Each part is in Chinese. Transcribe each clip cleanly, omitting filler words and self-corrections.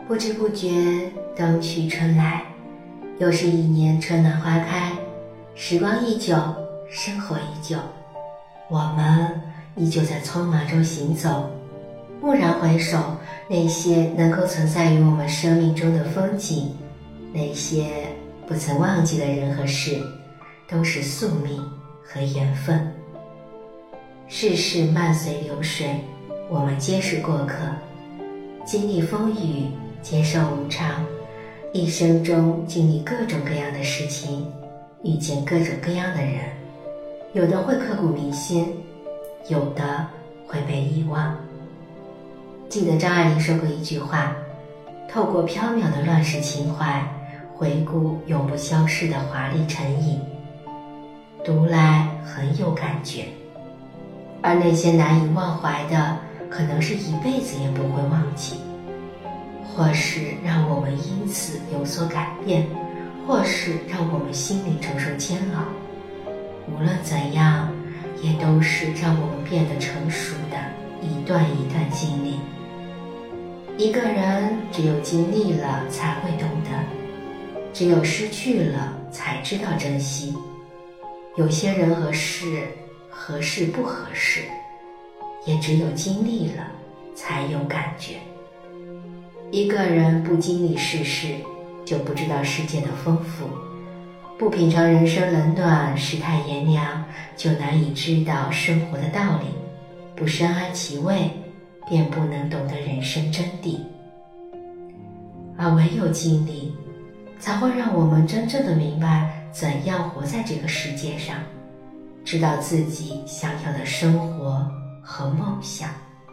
不知不觉冬去春来，又是一年春暖花开，时光依旧，生活依旧，我们依旧在匆忙中行走。蓦然回首，那些能够存在于我们生命中的风景，那些不曾忘记的人和事，都是宿命和缘分。世事漫随流水，我们皆是过客，经历风雨，接受无常，一生中经历各种各样的事情，遇见各种各样的人，有的会刻骨铭心，有的会被遗忘。记得张爱玲说过一句话，透过缥缈的乱世情怀，回顾永不消逝的华丽沉影，读来很有感觉。而那些难以忘怀的，可能是一辈子也不会忘记，或是让我们因此有所改变，或是让我们心里承受煎熬。无论怎样，也都是让我们变得成熟的一段一段经历。一个人只有经历了才会懂得，只有失去了才知道珍惜。有些人和事，合适不合适，也只有经历了才有感觉。一个人不经历世事，就不知道世界的丰富，不品尝人生冷暖世态炎凉，就难以知道生活的道理，不深谙其味，便不能懂得人生真谛。而唯有经历，才会让我们真正的明白怎样活在这个世界上，知道自己想要的生活和梦想。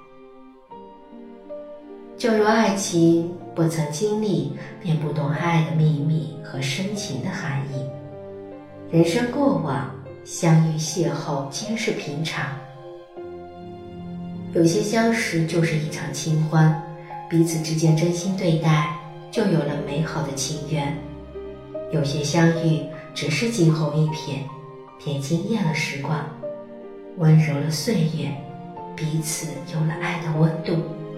就如爱情，不曾经历，便不懂爱的秘密和深情的含义。人生过往，相遇邂逅皆是平常。有些相识就是一场清欢，彼此之间真心对待，就有了美好的情缘。有些相遇只是惊鸿一瞥，便惊艳了时光，温柔了岁月，彼此有了爱的温度。